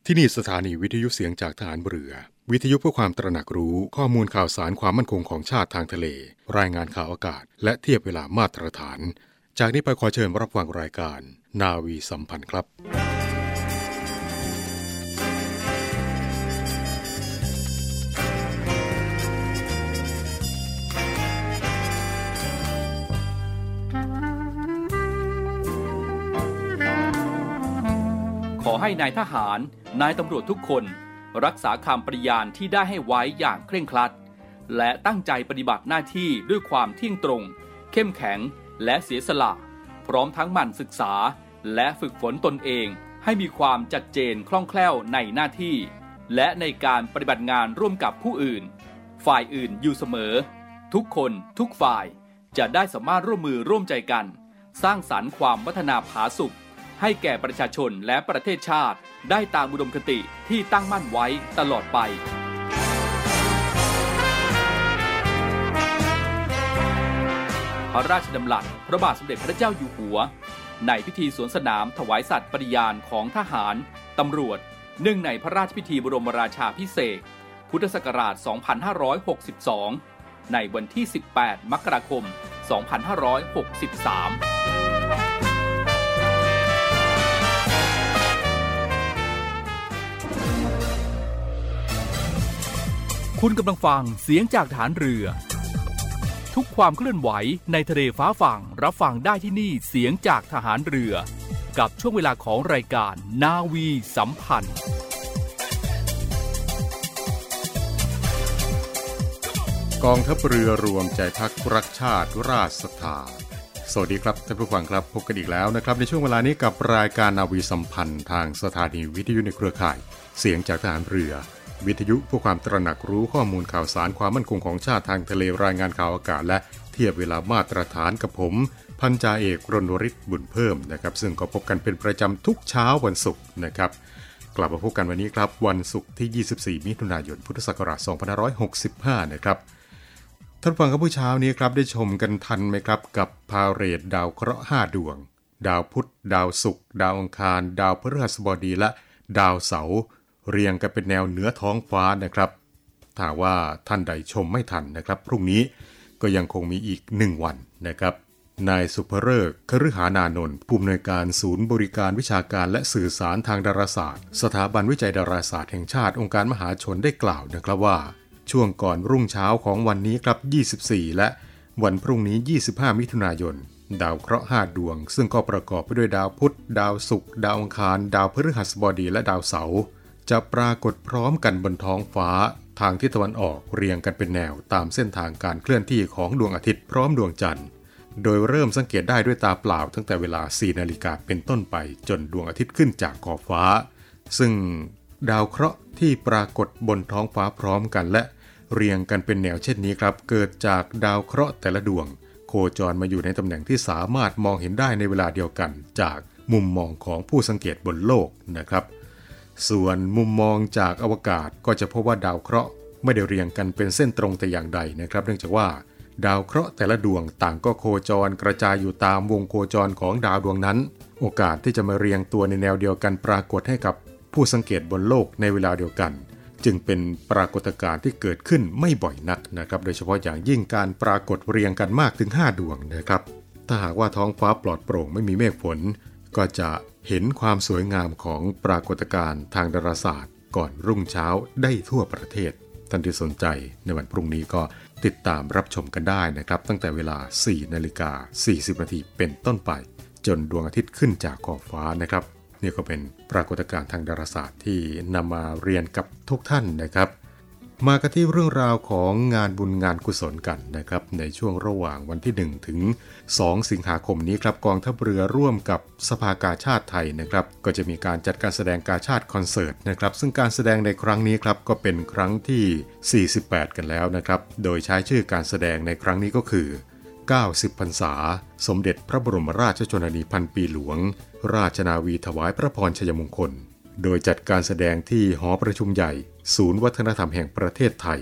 ที่นี่สถานีวิทยุเสียงจากทหารเรือวิทยุเพื่อความตระหนักรู้ข้อมูลข่าวสารความมั่นคงของชาติทางทะเลรายงานข่าวอากาศและเทียบเวลามาตรฐานจากนี้ไปขอเชิญรับฟังรายการนาวีสัมพันธ์ครับขอให้นายทหารนายตำรวจทุกคนรักษาคำปฏิญาณที่ได้ให้ไว้อย่างเคร่งครัดและตั้งใจปฏิบัติหน้าที่ด้วยความเที่ยงตรงเข้มแข็งและเสียสละพร้อมทั้งหมั่นศึกษาและฝึกฝนตนเองให้มีความชัดเจนคล่องแคล่วในหน้าที่และในการปฏิบัติงานร่วมกับผู้อื่นฝ่ายอื่นอยู่เสมอทุกคนทุกฝ่ายจะได้สามารถร่วมมือร่วมใจกันสร้างสรรค์ความพัฒนาผาสุกให้แก่ประชาชนและประเทศชาติได้ตามอุดมคติที่ตั้งมั่นไว้ตลอดไปพระราชดำรัสพระบาทสมเด็จพระเจ้าอยู่หัวในพิธีสวนสนามถวายสัตย์ปฏิญาณของทหารตำรวจเนื่องในพระราชพิธีบรมราชาภิเษกพุทธศักราช 2562 ในวันที่ 18 มกราคม 2563คุณกำลังฟังเสียงจากฐานเรือทุกความเคลื่อนไหวในทะเลฟ้าฝั่งรับฟังได้ที่นี่เสียงจากทหารเรือกับช่วงเวลาของรายการนาวีสัมพันธ์กองทัพเรือรวมใจพักรักชาติราชศรัทธาสวัสดีครับท่านผู้ฟังครับพบกันอีกแล้วนะครับในช่วงเวลานี้กับรายการนาวีสัมพันธ์ทางสถานีวิทยุในเครือข่ายเสียงจากทหารเรือวิทยุเพื่อความตระหนักรู้ข้อมูลข่าวสารความมั่นคงของชาติทางทะเลรายงานข่าวอากาศและเทียบเวลามาตรฐานกับผมพันจ่าเอกรณฤทธิ์บุญเพิ่มนะครับซึ่งก็พบกันเป็นประจำทุกเช้าวันศุกร์นะครับกลับมาพบกันวันนี้ครับวันศุกร์ที่24มิถุนายนพุทธศักราช2565นะครับท่านฟังครับผู้เช้านี้ครับได้ชมกันทันไหมครับกับพาเหรดดาวเคราะห์5ดวงดาวพุธดาวศุกร์ดาวอังคารดาวพฤหัสบดีและดาวเสาร์เรียงกันเป็นแนวเหนือท้องฟ้านะครับถ้าว่าท่านใดชมไม่ทันนะครับพรุ่งนี้ก็ยังคงมีอีก1วันนะครับนายสุภฤกษ์ คฤหานานนท์ผู้อำนวยการศูนย์บริการวิชาการและสื่อสารทางดาราศาสตร์สถาบันวิจัยดาราศาสตร์แห่งชาติองค์การมหาชนได้กล่าวนะครับว่าช่วงก่อนรุ่งเช้าของวันนี้ครับ24และวันพรุ่งนี้25มิถุนายนดาวเคราะห์5ดวงซึ่งก็ประกอบไปด้วยดาวพุธดาวศุกร์ดาวอังคารดาวพฤหัสบดีและดาวเสาร์จะปรากฏพร้อมกันบนท้องฟ้าทางทิศตะวันออกเรียงกันเป็นแนวตามเส้นทางการเคลื่อนที่ของดวงอาทิตย์พร้อมดวงจันทร์โดยเริ่มสังเกตได้ด้วยตาเปล่าตั้งแต่เวลา 4 นาฬิกาเป็นต้นไปจนดวงอาทิตย์ขึ้นจากขอบฟ้าซึ่งดาวเคราะห์ที่ปรากฏบนท้องฟ้าพร้อมกันและเรียงกันเป็นแนวเช่นนี้ครับเกิดจากดาวเคราะห์แต่ละดวงโคจรมาอยู่ในตำแหน่งที่สามารถมองเห็นได้ในเวลาเดียวกันจากมุมมองของผู้สังเกตบนโลกนะครับส่วนมุมมองจากอวกาศก็จะพบว่าดาวเคราะห์ไม่ได้เรียงกันเป็นเส้นตรงแต่อย่างใดนะครับเนื่องจากว่าดาวเคราะห์แต่ละดวงต่างก็โคจรกระจายอยู่ตามวงโคจรของดาวดวงนั้นโอกาสที่จะมาเรียงตัวในแนวเดียวกันปรากฏให้กับผู้สังเกตบนโลกในเวลาเดียวกันจึงเป็นปรากฏการณ์ที่เกิดขึ้นไม่บ่อยนักนะครับโดยเฉพาะอย่างยิ่งการปรากฏเรียงกันมากถึง5ดวงนะครับถ้าหากว่าท้องฟ้าปลอดโปร่งไม่มีเมฆฝนก็จะเห็นความสวยงามของปรากฏการณ์ทางดาราศาสตร์ก่อนรุ่งเช้าได้ทั่วประเทศท่านที่สนใจในวันพรุ่งนี้ก็ติดตามรับชมกันได้นะครับตั้งแต่เวลา 4:40 นาทีเป็นต้นไปจนดวงอาทิตย์ขึ้นจากขอบฟ้านะครับนี่ก็เป็นปรากฏการณ์ทางดาราศาสตร์ที่นำมาเรียนกับทุกท่านนะครับมากันที่เรื่องราวของงานบุญงานกุศลกันนะครับในช่วงระหว่างวันที่1ถึง2สิงหาคมนี้ครับกองทัพเรือร่วมกับสภากาชาดไทยนะครับก็จะมีการจัดการแสดงกาชาดคอนเสิร์ตนะครับซึ่งการแสดงในครั้งนี้ครับก็เป็นครั้งที่48กันแล้วนะครับโดยใช้ชื่อการแสดงในครั้งนี้ก็คือ90 พรรษาสมเด็จพระบรมราชชนนีพันปีหลวงราชนาวีถวายพระพรชัยมงคลโดยจัดการแสดงที่หอประชุมใหญ่ศูนย์วัฒนธรรมแห่งประเทศไทย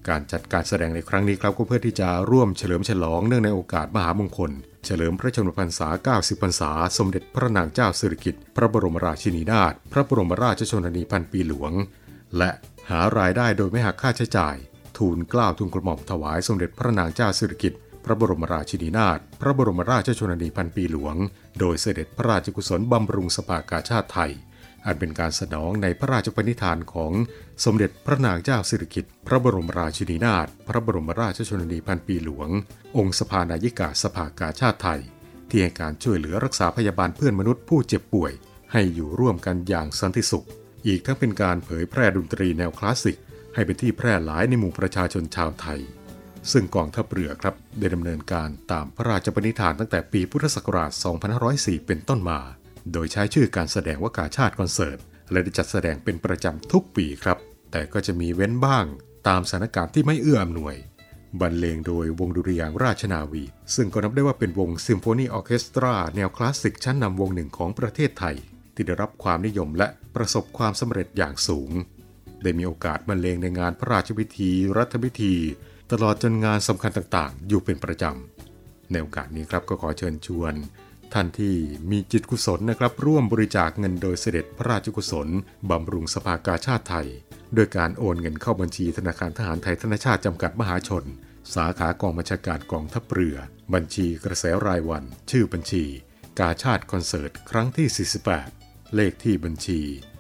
การจัดการแสดงในครั้งนี้ครับก็เพื่อที่จะร่วมเฉลิมฉลองเนื่องในโอกาสมหามงคลเฉลิมพระชนมพรรษา90พรรษาสมเด็จพระนางเจ้าสิริกิติ์พระบรมราชินีนาถพระบรมราชชนนีพันปีหลวงและหารายได้โดยไม่หักค่าใช้จ่ายทูลเกล้าทูลกระหม่อมถวายสมเด็จพระนางเจ้าสิริกิติ์พระบรมราชินีนาถพระบรมราชชนนีพันปีหลวงโดยเสด็จพระราชกุศลบำรุงสภากาชาดไทยอันเป็นการสนองในพระราชปณิธานของสมเด็จพระนางเจ้าสิริกิติ์พระบรมราชินีนาถพระบรมราชชนนีพันปีหลวงองค์สภานายิกาสภากาชาดไทยที่ให้การช่วยเหลือรักษาพยาบาลเพื่อนมนุษย์ผู้เจ็บป่วยให้อยู่ร่วมกันอย่างสันติสุขอีกทั้งเป็นการเผยแพร่ดนตรีแนวคลาสสิกให้เป็นที่แพร่หลายในหมู่ประชาชนชาวไทยซึ่งกองทัพเรือครับได้ดำเนินการตามพระราชปณิธานตั้งแต่ปีพุทธศักราช 2504 เป็นต้นมาโดยใช้ชื่อการแสดงว่ากาชาดคอนเสิร์ตและได้จัดแสดงเป็นประจำทุกปีครับแต่ก็จะมีเว้นบ้างตามสถานการณ์ที่ไม่เอื้ออำนวยบรรเลงโดยวงดุริยางค์ราชนาวีซึ่งก็นับได้ว่าเป็นวงซิมโฟนีออร์เคสตราแนวคลาสสิกชั้นนำวงหนึ่งของประเทศไทยที่ได้รับความนิยมและประสบความสำเร็จอย่างสูงได้มีโอกาสบรรเลงในงานพระราชพิธีรัฐพิธีตลอดจนงานสำคัญต่างๆอยู่เป็นประจำในโอกาสนี้ครับก็ขอเชิญชวนท่านที่มีจิตกุศลนะครับร่วมบริจาคเงินโดยเสด็จพระราชกุศลบำรุงสภากาชาดไทยโดยการโอนเงินเข้าบัญชีธนาคารทหารไทยธนชาติจำกัดมหาชนสาขากองบัญชาการกองทัพเรือบัญชีกระแสรายวันชื่อบัญชีกาชาดคอนเสิร์ตครั้งที่48เลขที่บัญชี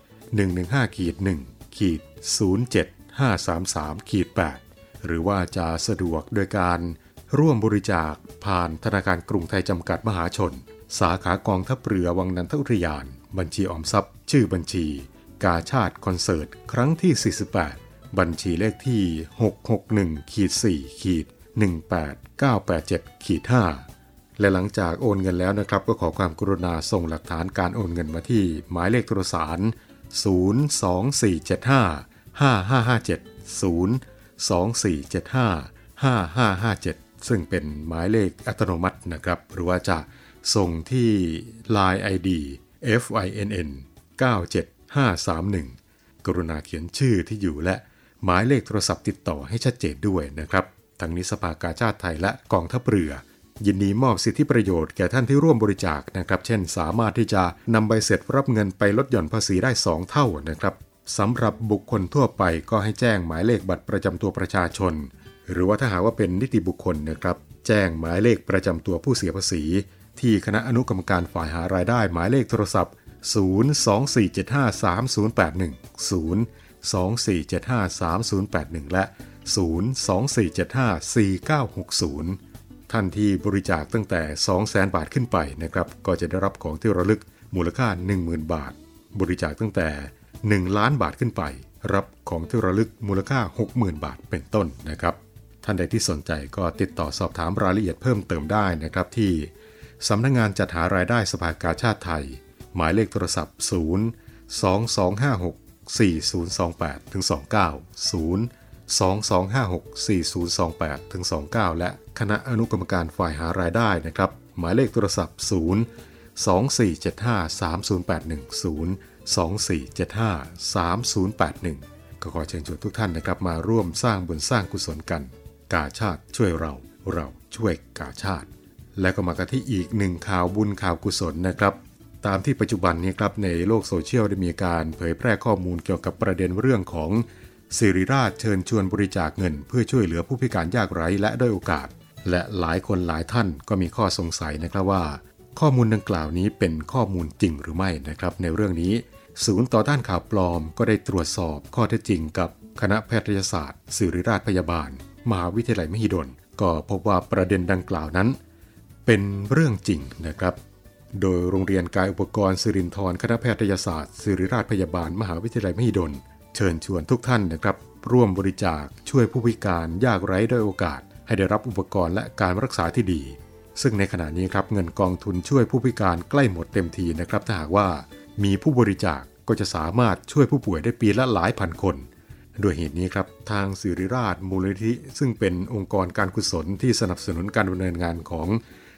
115-1-07533-8 หรือว่าจะสะดวกโดยการร่วมบริจาคผ่านธนาคารกรุงไทยจำกัดมหาชนสาขากองทัพเรือวังนันทอุทยานบัญชีออมทรัพย์ชื่อบัญชีกาชาดคอนเสิร์ตครั้งที่48บัญชีเลขที่ 661-4-18987-5 และหลังจากโอนเงินแล้วนะครับก็ขอความกรุณาส่งหลักฐานการโอนเงินมาที่หมายเลขโทรศัพท์02475-5557 ซึ่งเป็นหมายเลขอัตโนมัตินะครับหรือว่าจะส่งที่ Line ID FINN 97531กรุณาเขียนชื่อที่อยู่และหมายเลขโทรศัพท์ติดต่อให้ชัดเจนด้วยนะครับทั้งนี้สภากาชาดไทยและกองทัพเรือยินดีมอบสิทธิประโยชน์แก่ท่านที่ร่วมบริจาคนะครับเช่นสามารถที่จะนำใบเสร็จรับเงินไปลดหย่อนภาษีได้2เท่านะครับสำหรับบุคคลทั่วไปก็ให้แจ้งหมายเลขบัตรประจำตัวประชาชนหรือว่าถ้าหากว่าเป็นนิติบุคคลนะครับแจ้งหมายเลขประจำตัวผู้เสียภาษีที่คณะอนุกรรมการฝ่ายหารายได้หมายเลขโทรศัพท์024753081 และ024754960ท่านที่บริจาคตั้งแต่ 200,000 บาทขึ้นไปนะครับก็จะได้รับของที่ระลึกมูลค่า 10,000 บาทบริจาคตั้งแต่1ล้านบาทขึ้นไปรับของที่ระลึกมูลค่า 60,000 บาทเป็นต้นนะครับท่านใดที่สนใจก็ติดต่อสอบถามรายละเอียดเพิ่มเติมได้นะครับที่สำนักงานจัดหารายได้สภากาชาดไทยหมายเลขโทรศัพท์022564028-29 และคณะอนุกรรมการฝ่ายหารายได้นะครับหมายเลขโทรศัพท์024753081 ก็ขอเชิญชวนทุกท่านนะครับมาร่วมสร้างบุญสร้างกุศลกันกาชาดช่วยเราช่วยกาชาดและก็มากันที่อีกหนึ่งข่าวบุญข่าวกุศลนะครับตามที่ปัจจุบันนี้ครับในโลกโซเชียลได้มีการเผยแพร่ข้อมูลเกี่ยวกับประเด็นเรื่องของศิริราชเชิญชวนบริจาคเงินเพื่อช่วยเหลือผู้พิการยากไร้และด้อยโอกาสและหลายคนหลายท่านก็มีข้อสงสัยนะครับว่าข้อมูลดังกล่าวนี้เป็นข้อมูลจริงหรือไม่นะครับในเรื่องนี้ศูนย์ต่อต้านข่าวปลอมก็ได้ตรวจสอบข้อเท็จจริงกับคณะแพทยศาสตร์ศิริราชพยาบาลมหาวิทยาลัยมหิดลก็พบว่าประเด็นดังกล่าวนั้นเป็นเรื่องจริงนะครับโดยโรงเรียนกายอุปกรณ์สิรินธรคณะแพทยศาสตร์ศิริราชพยาบาลมหาวิทยาลัยมหิดลเชิญชวนทุกท่านนะครับร่วมบริจาคช่วยผู้พิการยากไร้ด้อยโอกาสให้ได้รับอุปกรณ์และการรักษาที่ดีซึ่งในขณะนี้ครับเงินกองทุนช่วยผู้พิการใกล้หมดเต็มทีนะครับถ้าหากว่ามีผู้บริจาคก็จะสามารถช่วยผู้ป่วยได้ปีละหลายพันคนด้วยเหตุนี้ครับทางศิริราชมูลนิธิซึ่งเป็นองค์กรการกุศลที่สนับสนุนการดำเนินงานของ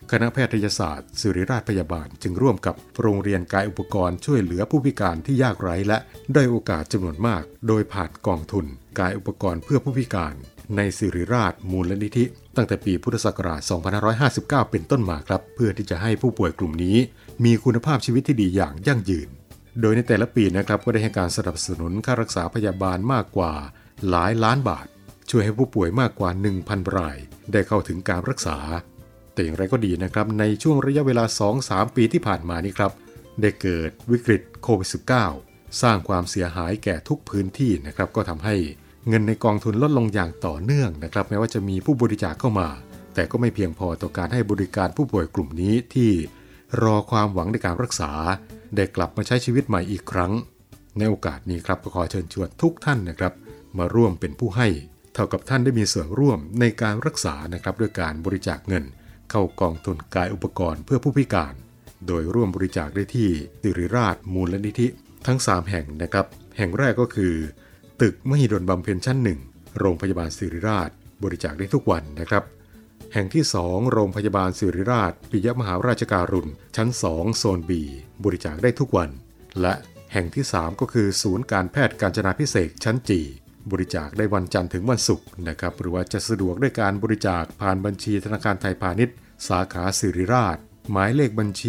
คณะแพทยศาสตร์ศิริราชพยาบาลจึงร่วมกับโรงเรียนกายอุปกรณ์ช่วยเหลือผู้พิการที่ยากไร้และด้อยโอกาสจำนวนมากโดยผ่านกองทุนกายอุปกรณ์เพื่อผู้พิการในศิริราชมูลนิธิตั้งแต่ปีพุทธศักราช 2559 เป็นต้นมาครับเพื่อที่จะให้ผู้ป่วยกลุ่มนี้มีคุณภาพชีวิตที่ดีอย่างยั่งยืนโดยในแต่ละปีนะครับก็ได้ให้การสนับสนุนค่ารักษาพยาบาลมากกว่าหลายล้านบาทช่วยให้ผู้ป่วยมากกว่า 1,000 รายได้เข้าถึงการรักษาแต่อย่างไรก็ดีนะครับในช่วงระยะเวลา 2-3 ปีที่ผ่านมานี้ครับได้เกิดวิกฤตโควิด -19 สร้างความเสียหายแก่ทุกพื้นที่นะครับก็ทำให้เงินในกองทุนลดลงอย่างต่อเนื่องนะครับแม้ว่าจะมีผู้บริจาคเข้ามาแต่ก็ไม่เพียงพอต่อการให้บริการผู้ป่วยกลุ่มนี้ที่รอความหวังในการรักษาได้กลับมาใช้ชีวิตใหม่อีกครั้งในโอกาสนี้ครับก็ขอเชิญชวนทุกท่านนะครับมาร่วมเป็นผู้ให้เท่ากับท่านได้มีส่วนร่วมในการรักษานะครับด้วยการบริจาคเงินเข้ากองทุนกายอุปกรณ์เพื่อผู้พิการโดยร่วมบริจาคได้ที่ศิริราชมูลนิธิทั้ง3แห่งนะครับแห่งแรกก็คือตึกมหิดลบำเพ็ญชั้น1โรงพยาบาลศิริราชบริจาคได้ทุกวันนะครับแห่งที่2โรงพยาบาลศิริราชปิยมหาราชการุณชั้น2โซน B บริจาคได้ทุกวันและแห่งที่3ก็คือศูนย์การแพทย์กาญจนาภิเษกชั้น G บริจาคได้วันจันทร์ถึงวันศุกร์นะครับหรือว่าจะสะดวกด้วยการบริจาคผ่านบัญชีธนาคารไทยพาณิชย์สาขาศิริราชหมายเลขบัญชี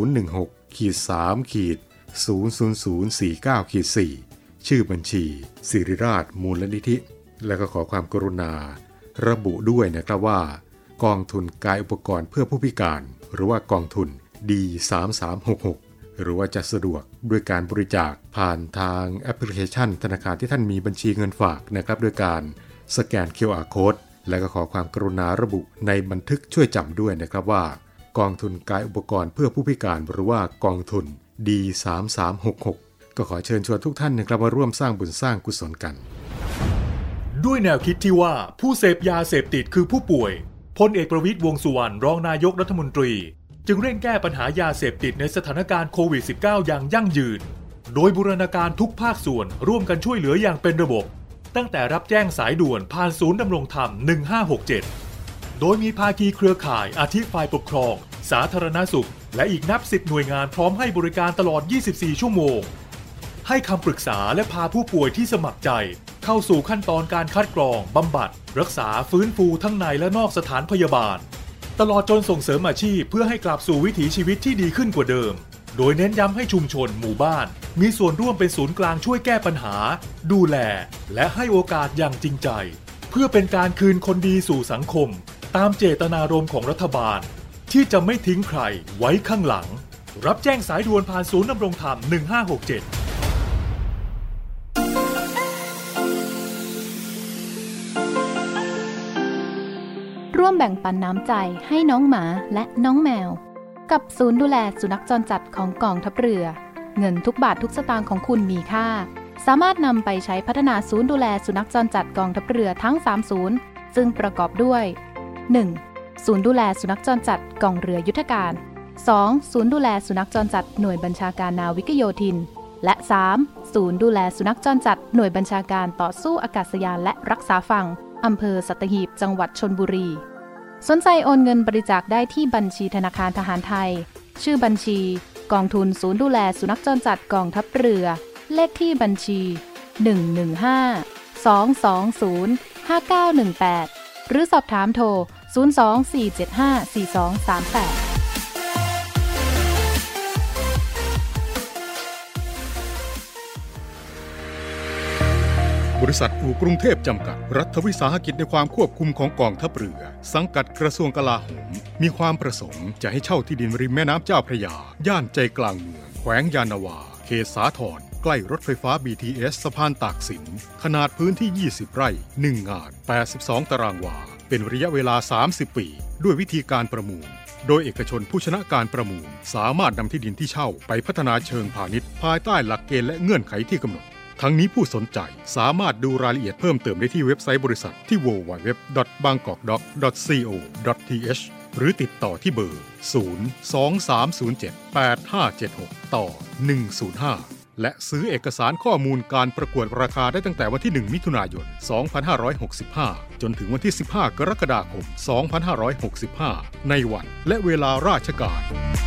016-3-00049-4 ชื่อบัญชีศิริราชมูลนิธิและก็ขอความกรุณาระบุด้วยนะครับว่ากองทุนกายอุปกรณ์เพื่อผู้พิการหรือว่ากองทุน D3366 หรือว่าจะสะดวกด้วยการบริจาคผ่านทางแอปพลิเคชันธนาคารที่ท่านมีบัญชีเงินฝากนะครับด้วยการสแกน QR Code และก็ขอความกรุณาระบุในบันทึกช่วยจำด้วยนะครับว่ากองทุนกายอุปกรณ์เพื่อผู้พิการหรือว่ากองทุน D3366 ก็ขอเชิญชวนทุกท่านนะครับมาร่วมสร้างบุญสร้างกุศลกันด้วยแนวคิดที่ว่าผู้เสพยาเสพติดคือผู้ป่วยพลเอกประวิตร วงษ์สุวรรณรองนายกรัฐมนตรีจึงเร่งแก้ปัญหายาเสพติดในสถานการณ์โควิด -19 อย่างยั่งยืนโดยบูรณาการทุกภาคส่วนร่วมกันช่วยเหลืออย่างเป็นระบบตั้งแต่รับแจ้งสายด่วนผ่านศูนย์ดำรงธรรม 1567 โดยมีภาคีเครือข่ายอาทิฝ่ายปกครองสาธารณสุขและอีกนับ10หน่วยงานพร้อมให้บริการตลอด 24 ชั่วโมงให้คำปรึกษาและพาผู้ป่วยที่สมัครใจเข้าสู่ขั้นตอนการคัดกรองบำบัดรักษาฟื้นฟูทั้งในและนอกสถานพยาบาลตลอดจนส่งเสริมอาชีพเพื่อให้กลับสู่วิถีชีวิตที่ดีขึ้นกว่าเดิมโดยเน้นย้ำให้ชุมชนหมู่บ้านมีส่วนร่วมเป็นศูนย์กลางช่วยแก้ปัญหาดูแลและให้โอกาสอย่างจริงใจเพื่อเป็นการคืนคนดีสู่สังคมตามเจตนารมณ์ของรัฐบาลที่จะไม่ทิ้งใครไว้ข้างหลังรับแจ้งสายด่วนผ่านศูนย์ดำรงธรรม 1567 ร่วมแบ่งปันน้ำใจให้น้องหมาและน้องแมวกับศูนย์ดูแลสุนัขจรจัดของกองทัพเรือเงินทุกบาททุกสตางค์ของคุณมีค่าสามารถนำไปใช้พัฒนาศูนย์ดูแลสุนัขจรจัดกองทัพเรือทั้ง3ศูนย์ซึ่งประกอบด้วย 1. ศูนย์ดูแลสุนัขจรจัดกองเรือยุทธการ 2. ศูนย์ดูแลสุนัขจรจัดหน่วยบัญชาการนาวิกโยธินและ 3. ศูนย์ดูแลสุนัขจรจัดหน่วยบัญชาการต่อสู้อากาศยานและรักษาฝั่งอำเภอสัตหีบจังหวัดชลบุรีสนใจโอนเงินบริจาคได้ที่บัญชีธนาคารทหารไทยชื่อบัญชีกองทุนศูนย์ดูแลสุนัขจรจัดกองทัพเรือเลขที่บัญชี 115-220-5918 หรือสอบถามโทร 024754238 บริษัทอู่กรุงเทพจำกัดรัฐวิสาหกิจในความควบคุมของกองทัพเรือสังกัดกระทรวงกลาโหมมีความประสงค์จะให้เช่าที่ดินริมแม่น้ำเจ้าพระยาย่านใจกลางเมืองแขวงยานนาวาเขตสาทรใกล้รถไฟฟ้า BTS สะพานตากสินขนาดพื้นที่20 ไร่1งาน82ตารางวาเป็นระยะเวลา30 ปีด้วยวิธีการประมูลโดยเอกชนผู้ชนะการประมูลสามารถนำที่ดินที่เช่าไปพัฒนาเชิงพาณิชย์ภายใต้หลักเกณฑ์และเงื่อนไขที่กำหนดทั้งนี้ผู้สนใจสามารถดูรายละเอียดเพิ่มเติมได้ที่เว็บไซต์บริษัทที่ www.bangkokdock.co.th หรือติดต่อที่เบอร์ 023078576 ต่อ 105 และซื้อเอกสารข้อมูลการประกวดราคาได้ตั้งแต่วันที่1มิถุนายน2565จนถึงวันที่15กรกฎาคม2565ในวันและเวลาราชการ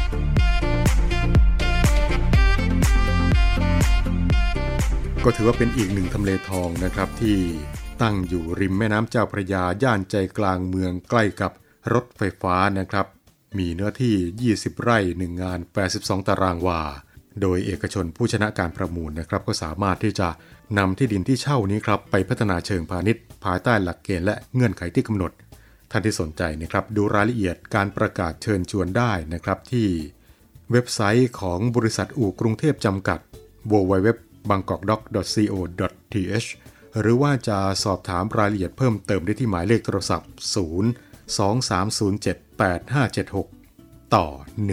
ก็ถือว่าเป็นอีกหนึ่งทำเลทองนะครับที่ตั้งอยู่ริมแม่น้ำเจ้าพระยาย่านใจกลางเมืองใกล้กับรถไฟฟ้านะครับมีเนื้อที่20ไร่1งาน82ตารางวาโดยเอกชนผู้ชนะการประมูลนะครับก็สามารถที่จะนำที่ดินที่เช่านี้ครับไปพัฒนาเชิงพาณิชย์ภายใต้หลักเกณฑ์และเงื่อนไขที่กำหนดท่านที่สนใจนะครับดูรายละเอียดการประกาศเชิญชวนได้นะครับที่เว็บไซต์ของบริษัทอู่กรุงเทพจำกัด www.bangkokdock.co.th หรือว่าจะสอบถามรายละเอียดเพิ่มเติมได้ที่หมายเลขโทรศัพท์023078576ต่อ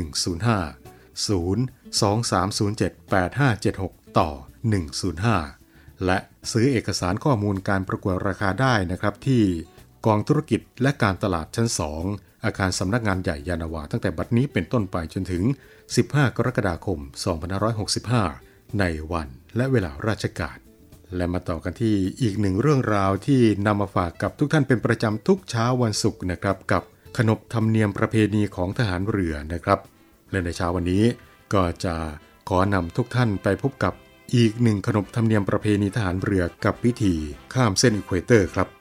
105 023078576ต่อ105และซื้อเอกสารข้อมูลการประกวดราคาได้นะครับที่กองธุรกิจและการตลาดชั้น2อาคารสำนักงานใหญ่ยานนาวาตั้งแต่บัดนี้เป็นต้นไปจนถึง15กรกฎาคม2565ในวันและเวลาราชการและมาต่อกันที่อีกหนึ่งเรื่องราวที่นำมาฝากกับทุกท่านเป็นประจำทุกเช้าวันศุกร์นะครับกับขนบธรรมเนียมประเพณีของทหารเรือนะครับและในเช้าวันนี้ก็จะขอนำทุกท่านไปพบกับอีกหนึ่งขนบธรรมเนียมประเพณีทหารเรือกับพิธีข้ามเส้นอีควอเตอร์ครับ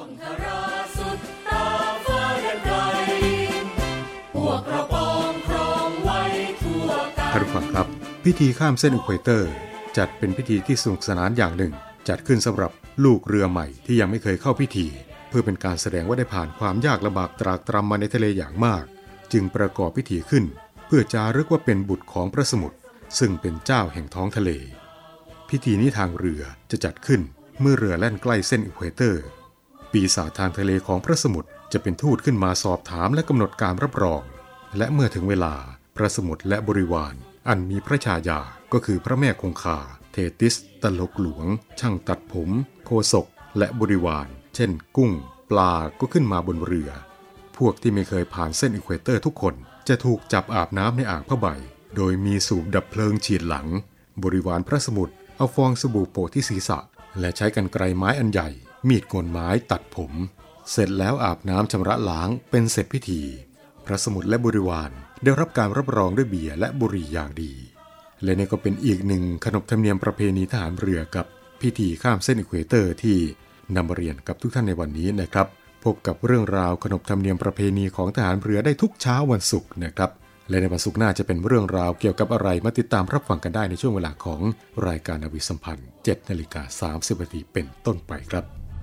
ท่านผู้ฟังครับพิธีข้ามเส้นอีควอเตอร์จัดเป็นพิธีที่สนุกสนานอย่างหนึ่งจัดขึ้นสำหรับลูกเรือใหม่ที่ยังไม่เคยเข้าพิธีเพื่อเป็นการแสดงว่าได้ผ่านความยากลำบากตรากตรำมาในทะเลอย่างมากจึงประกอบพิธีขึ้นเพื่อจารึกว่าเป็นบุตรของพระสมุทรซึ่งเป็นเจ้าแห่งท้องทะเลพิธีนี้ทางเรือจะจัดขึ้นเมื่อเรือแล่นใกล้เส้นอีควอเตอร์ปีศาจทางทะเลของพระสมุทรจะเป็นทูตขึ้นมาสอบถามและกำหนดการรับรองและเมื่อถึงเวลาพระสมุทรและบริวารอันมีพระชายาก็คือพระแม่คงคาเทติสตลกหลวงช่างตัดผมโคศกและบริวารเช่นกุ้งปลาก็ขึ้นมาบนเรือพวกที่ไม่เคยผ่านเส้นอีควอเตอร์ทุกคนจะถูกจับอาบน้ำในอ่างผ้าใบโดยมีสูบดับเพลิงฉีดหลังบริวารพระสมุทรเอาฟองสบู่โปะที่ศีรษะและใช้กรรไกรไม้อันใหญ่มีดโกนไม้ตัดผมเสร็จแล้วอาบน้ำชำระล้างเป็นเสร็จพิธีพระสมุทรและบริวารได้รับการรับรองด้วยเบียร์และบุหรี่อย่างดีและนี่ก็เป็นอีกหนึ่งขนบธรรมเนียมประเพณีทหารเรือกับพิธีข้ามเส้นอีควอเตอร์ที่นำมาเรียนกับทุกท่านในวันนี้นะครับพบกับเรื่องราวขนบธรรมเนียมประเพณีของทหารเรือได้ทุกเช้าวันศุกร์นะครับและในวันศุกร์หน้าจะเป็นเรื่องราวเกี่ยวกับอะไรมาติดตามรับฟังกันได้ในช่วงเวลาของรายการนาวีสัมพันธ์ 7:30 น.เป็นต้นไปครับ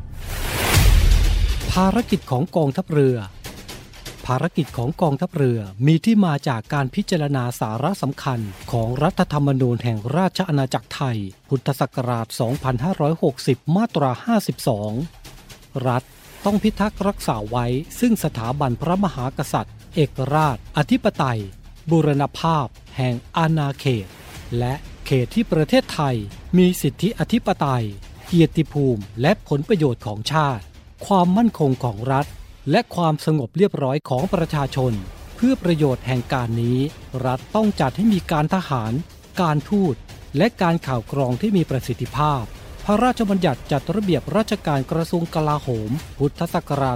ภารกิจของกองทัพเรือภารกิจของกองทัพเรือมีที่มาจากการพิจารณาสาระสำคัญของรัฐธรรมนูญแห่งราชอาณาจักรไทยพุทธศักราช 2560 มาตรา 52 รัฐต้องพิทักษ์รักษาไว้ซึ่งสถาบันพระมหากษัตริย์เอกราชอธิปไตยบูรณภาพแห่งอาณาเขตและเขตที่ประเทศไทยมีสิทธิอธิปไตยเกียรติภูมิและผลประโยชน์ของชาติความมั่นคงของรัฐและความสงบเรียบร้อยของประชาชนเพื่อประโยชน์แห่งการนี้รัฐต้องจัดให้มีการทหารการทูตและการข่าวกรองที่มีประสิทธิภาพพระราชบัญญัติจัดระเบียบราชการกระทรวงกลาโหมพุทธศักราช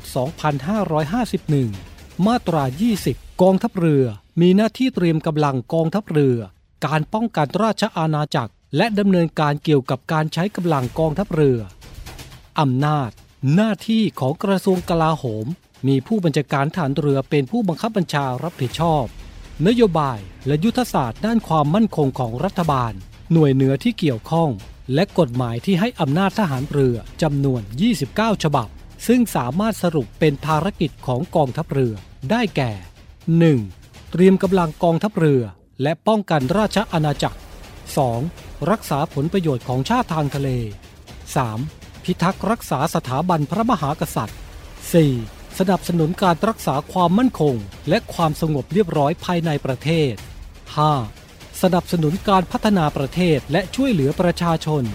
2551 มาตรา 20 กองทัพเรือมีหน้าที่เตรียมกำลังกองทัพเรือการป้องกันราชอาณาจักรและดำเนินการเกี่ยวกับการใช้กำลังกองทัพเรืออำนาจหน้าที่ของกระทรวงกลาโหมมีผู้บัญชาการทหารเรือเป็นผู้บังคับบัญชารับผิดชอบนโยบายและยุทธศาสตร์ด้านความมั่นคงของรัฐบาลหน่วยเหนือที่เกี่ยวข้องและกฎหมายที่ให้อำนาจทหารเรือจำนวน29ฉบับซึ่งสามารถสรุปเป็นภารกิจของกองทัพเรือได้แก่ 1. เตรียมกำลังกองทัพเรือและป้องกันราชอาณาจักร 2. รักษาผลประโยชน์ของชาติทางทะเล 3. พิทักษ์รักษาสถาบันพระมหากษัตริย์ 4. สนับสนุนการรักษาความมั่นคงและความสงบเรียบร้อยภายในประเทศ 5. สนับสนุนการพัฒนาประเทศและช่วยเหลือประชาชน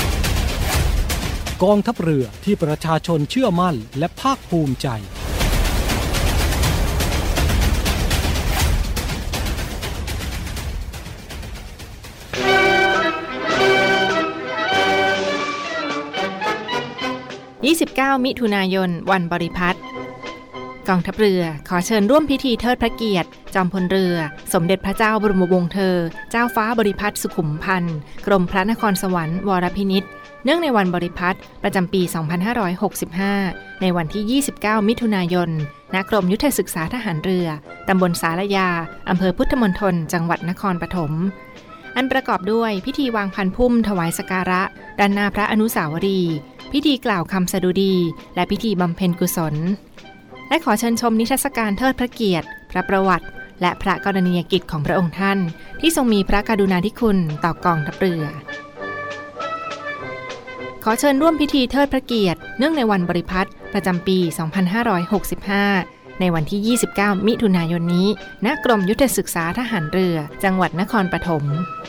กองทัพเรือที่ประชาชนเชื่อมั่นและภาคภูมิใจ 29 มิถุนายนวันบริพัตรกองทัพเรือขอเชิญร่วมพิธีเทิดพระเกียรติจอมพลเรือสมเด็จพระเจ้าบรมวงศ์เธอเจ้าฟ้าบริพัตรสุขุมพันธ์กรมพระนครสวรรค์วรพินิจเนื่องในวันบริพัตรประจำปี 2565 ในวันที่ 29 มิถุนายน ณ กรมยุทธศึกษาทหารเรือ ตำบลสารยา อำเภอพุทธมณฑล จังหวัดนครปฐม อันประกอบด้วยพิธีวางพันพุ่มถวายสักการะด้านหน้าพระอนุสาวรีย์พิธีกล่าวคำสดุดีและพิธีบำเพ็ญกุศลและขอเชิญชมนิทรรศการเทิดพระเกียรติพระประวัติและพระกรณียกิจของพระองค์ท่านที่ทรงมีพระกรุณาธิคุณต่อกองทัพเรือขอเชิญร่วมพิธีเทิดพระเกียรติเนื่องในวันบริพัตรประจำปี 2565 ในวันที่ 29 มิถุนายนนี้ณ กรมยุทธศึกษาทหารเรือจังหวัดนครปฐม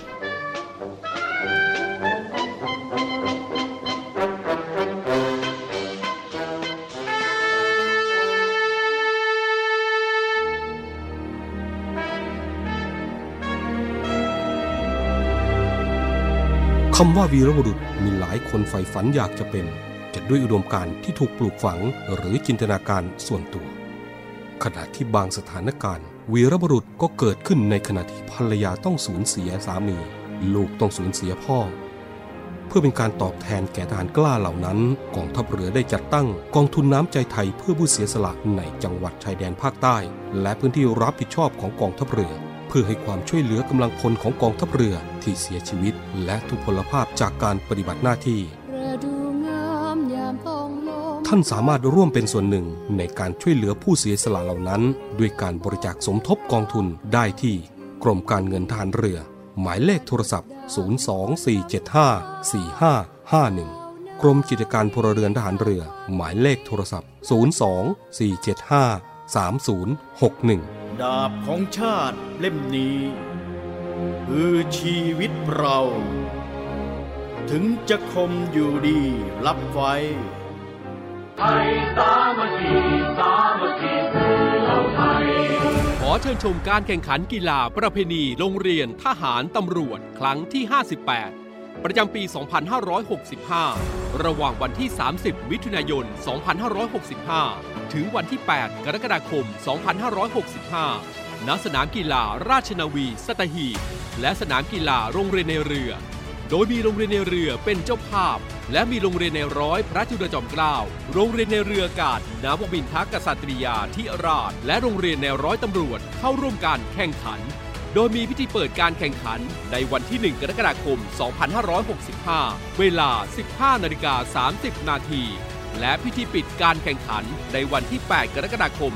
คำว่าวีรบุรุษมีหลายคนใฝ่ฝันอยากจะเป็นจะด้วยอุดมการณ์ที่ถูกปลูกฝังหรือจินตนาการส่วนตัวขณะที่บางสถานการณ์วีรบุรุษก็เกิดขึ้นในขณะที่ภรรยาต้องสูญเสียสามีลูกต้องสูญเสียพ่อเพื่อเป็นการตอบแทนแก่ทหารกล้าเหล่านั้นกองทัพเรือได้จัดตั้งกองทุนน้ำใจไทยเพื่อผู้เสียสละในจังหวัดชายแดนภาคใต้และพื้นที่รับผิดชอบของกองทัพเรือเพื่อให้ความช่วยเหลือกำลังพลของกองทัพเรือที่เสียชีวิตและทุพพลภาพจากการปฏิบัติหน้าที่ท่านสามารถร่วมเป็นส่วนหนึ่งในการช่วยเหลือผู้เสียสละเหล่านั้นด้วยการบริจาคสมทบกองทุนได้ที่กรมการเงินทหารเรือหมายเลขโทรศัพท์024754551กรมกิจการพลเรือนทหารเรือหมายเลขโทรศัพท์024753061 ดาบของชาติเล่มนี้คือชีวิตเราถึงจะคมอยู่ดีรับไว้ไทยสามัคคีสามัคคีคือเราไทยขอเชิญชมการแข่งขันกีฬาประเพณีโรงเรียนทหารตำรวจครั้งที่ 58 ประจำปี 2565 ระหว่างวันที่ 30 มิถุนายน 2565 ถึงวันที่ 8 กรกฎาคม 2565 ณ สนามกีฬาราชนาวีสัตหีบและสนามกีฬาโรงเรียนในเรือโดยมีโรงเรียนในเรือเป็นเจ้าภาพและมีโรงเรียนในร้อยพระจุลจอมเกล้าโรงเรียนในเรืออากาศนวมินทกษัตริยาธิราชและโรงเรียนในร้อยตำรวจเข้าร่วมการแข่งขันโดยมีพิธีเปิดการแข่งขันในวันที่ 1 กรกฎาคม 2565 เวลา 15:30 นาทีและพิธีปิดการแข่งขันในวันที่ 8 กรกฎาคม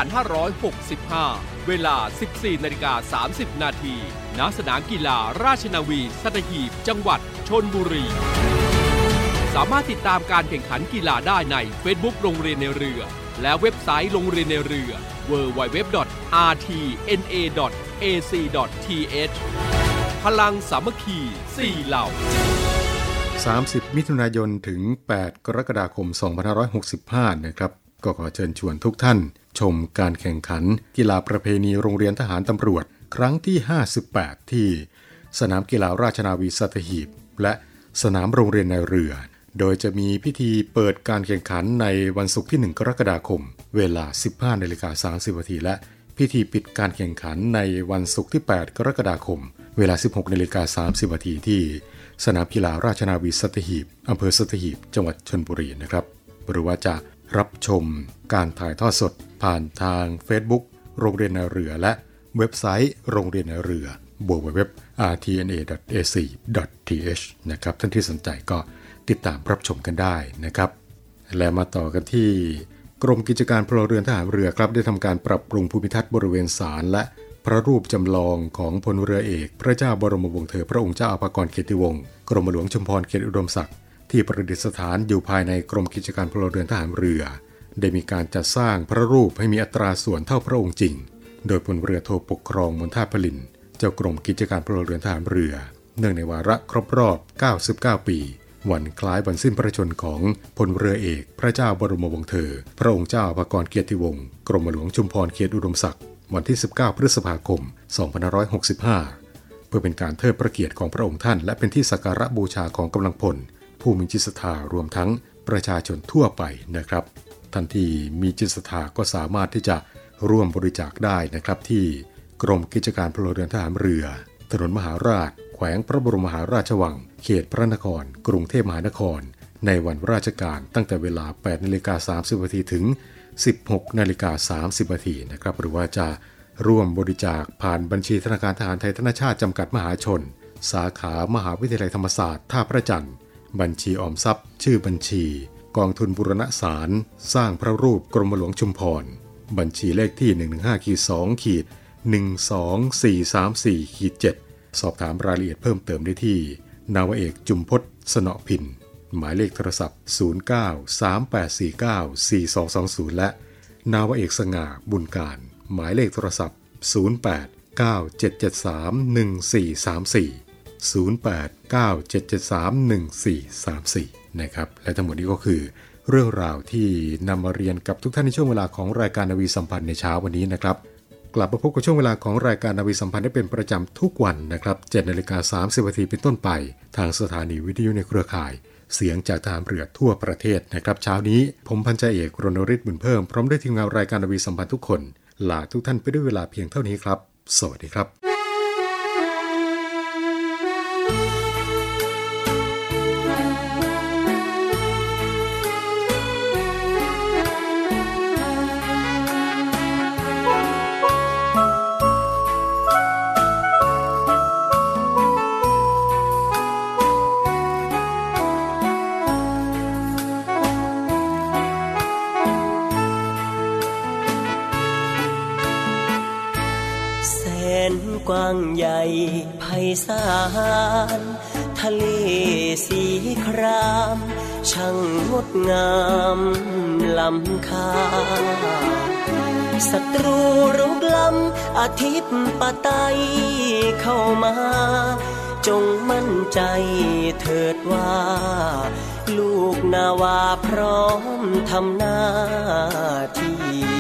2565 เวลา 14:30 นาทีณ สนามกีฬาราชนาวีสัตหีบจังหวัดชลบุรีสามารถติดตามการแข่งขันกีฬาได้ใน Facebook โรงเรียนในเรือและเว็บไซต์โรงเรียนในเรือ www.rtna.ac.th พลังสามัคคี4เหล่า 30 มิถุนายนถึง 8 กรกฎาคม 2565 นะครับก็ขอเชิญชวนทุกท่านชมการแข่งขันกีฬาประเพณีโรงเรียนทหารตำรวจครั้งที่ 58 ที่สนามกีฬาราชนาวีสัตหีบและสนามโรงเรียนในเรือโดยจะมีพิธีเปิดการแข่งขันในวันศุกร์ที่ 1 กรกฎาคมเวลา 15:30 นาทีและพิธีปิดการแข่งขันในวันศุกร์ที่ 8 กรกฎาคมเวลา 16:30 นาทีที่สนามกีฬาราชนาวีสัตหีบอำเภอสัตหีบจังหวัดชลบุรีนะครับหรือว่าจะรับชมการถ่ายทอดสดผ่านทาง Facebook โรงเรียนในเรือและเว็บไซต์โรงเรียนในเรือ www.rtna.ac.th นะครับท่านที่สนใจก็ติดตามรับชมกันได้นะครับและมาต่อกันที่กรมกิจการพลเรือนทหารเรือครับได้ทำการปรับปรุงภูมิทัศน์บริเวณศาลและพระรูปจำลองของพลเรือเอกพระเจ้าบรมวงศ์เธอพระองค์เจ้าอภากรเกียรติวงศ์กรมหลวงชุมพรเขตอุดมศักดิ์ที่ประดิษฐานอยู่ภายในกรมกิจการพลเรือนทหารเรือได้มีการจัดสร้างพระรูปให้มีอัตราส่วนเท่าพระองค์จริงโดยพลเรือโทปกครองมนทาพลินเจ้ากรมกิจการพลเรือนทหารเรือเนื่องในวาระครบรอบ99 ปีวันคล้ายวันสิ้นพระชนม์ของพลเรือเอกพระเจ้าบรมวงศ์เธอพระองค์เจ้าอภากรเกียรติวงศ์กรมหลวงชุมพรเขตอุดมศักดิ์วันที่ 19 พฤษภาคม 2565 เพื่อเป็นการเทิดพระเกียรติของพระองค์ท่านและเป็นที่สักการะบูชาของกำลังพลผู้มีจิตศรัทธารวมทั้งประชาชนทั่วไปนะครับท่านที่มีจิตศรัทธาก็สามารถที่จะร่วมบริจาคได้นะครับที่กรมกิจการพลเรือนทหารเรือถนนมหาราชแขวงพระบรมมหาราชวังเขตพระนครกรุงเทพมหานครในวันราชการตั้งแต่เวลา 8:30 น.ถึง 16:30 น.นะครับหรือว่าจะร่วมบริจาคผ่านบัญชีธนาคารทหารไทยธนชาติจำกัดมหาชนสาขามหาวิทยาลัยธรรมศาสตร์ท่าพระจันทร์บัญชีออมทรัพย์ชื่อบัญชีกองทุนบูรณะศาลสร้างพระรูปกรมหลวงชุมพรบัญชีเลขที่ 115-2-12434-7 สอบถามรายละเอียดเพิ่มเติมได้ที่นาวาเอกจุมพจน์สนอพินหมายเลขโทรศัพท์ 0938494220 และนาวาเอกสง่าบุญการหมายเลขโทรศัพท์ 0897731434 นะครับและทั้งหมดนี้ก็คือเรื่องราวที่นำมาเรียนกับทุกท่านในช่วงเวลาของรายการนาวีสัมพันธ์ในเช้าวันนี้นะครับกลับมาพบกับช่วงเวลาของรายการนาวีสัมพันธ์ได้เป็นประจำทุกวันนะครับ 7:30 น.เป็นต้นไปทางสถานีวิทยุในเครือข่ายเสียงจากทหารเรือทั่วประเทศนะครับเช้านี้ผมพันจ่าเอกรณฤทธิ์บุญเพิ่มพร้อมด้วยทีมงานรายการนาวีสัมพันธ์ทุกคนลาทุกท่านไปด้วยเวลาเพียงเท่านี้ครับสวัสดีครับกว้างใหญ่ไพศาลทะเลสีครามช่างงดงามล้ำค่าศัตรูรุกล้ำอาทิตย์ปะไตเข้ามาจงมั่นใจเถิดว่าลูกนาวาพร้อมทำหน้าที่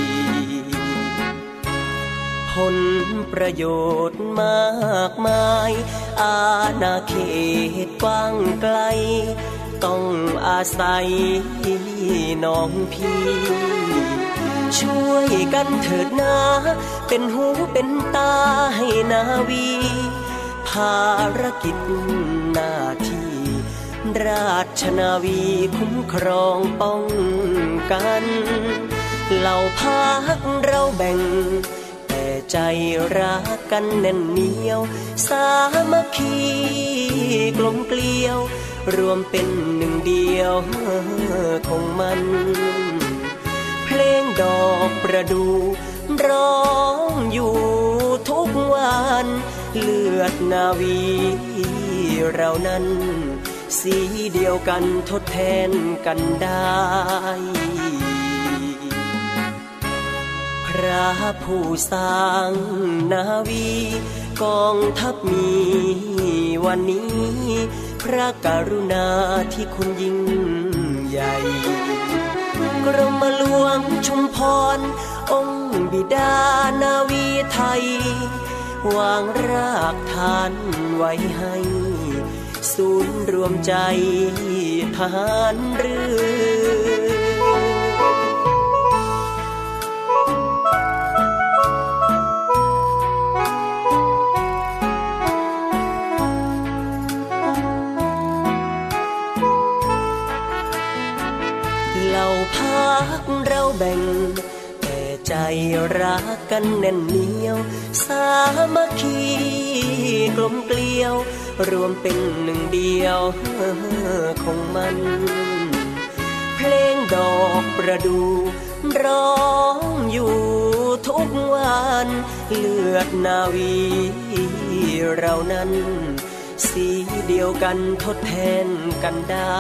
ผลประโยชน์มากมายอาณาเขตกว้างไกลต้องอาศัยน้องพี่ช่วยกันเถิดนาเป็นหูเป็นตาให้นาวีภารกิจหน้าที่ราชนาวีคุ้มครองป้องกันเหล่าภาคเราแบ่งใจรักกันแน่นเหนียวสามัคคีกลมเกลียวรวมเป็นหนึ่งเดียวคงมันเพลงดอกประดู่ร้องอยู่ทุกวันเลือดนาวีเรานั้นสีเดียวกันทดแทนกันได้พระผู้สร้างนาวีกองทัพมีวันนี้พระกรุณาที่คุณยิ่งใหญ่กรมหลวงชุมพรองค์บิดานาวีไทยวางรากฐานไว้ให้ศูนย์รวมใจทหารเรือเราแบ่งแต่ใจรักกันแน่นเหนียวสามัคคีกลมเกลียวรวมเป็นหนึ่งเดียวคงมันเพลงดอกประดู่ร้องอยู่ทุกวันเลือดนาวีเรานั้นสีเดียวกันทดแทนกันได้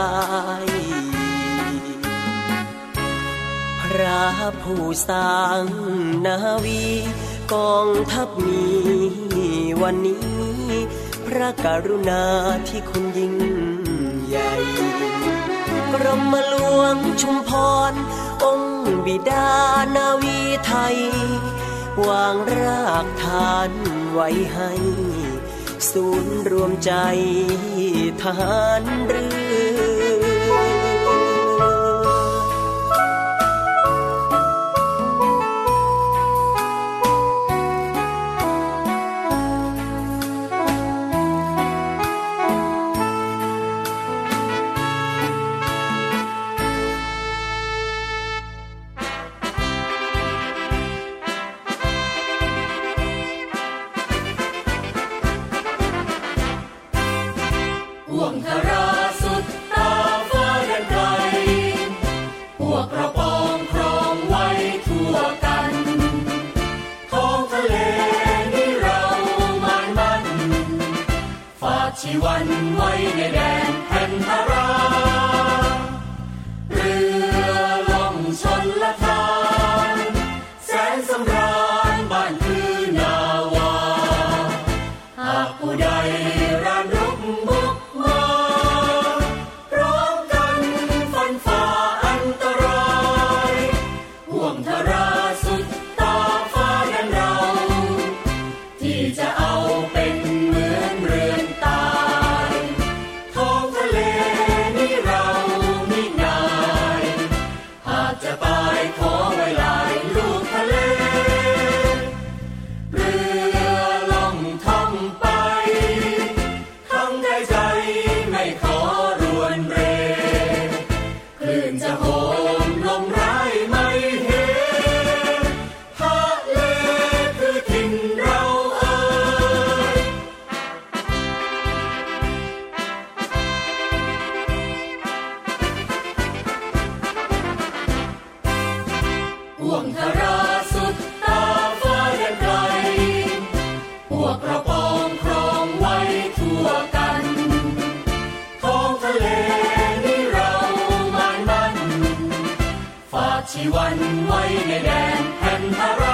พระผู้สร้างนาวีกองทัพมีวันนี้พระกรุณาที่คุณยิ่งใหญ่กรมหลวงชุมพรองค์บิดานาวีไทยวางรากฐานไว้ให้ศูนย์รวมใจทหารเรือชีวันไว้ในแดนแผ่นพระรา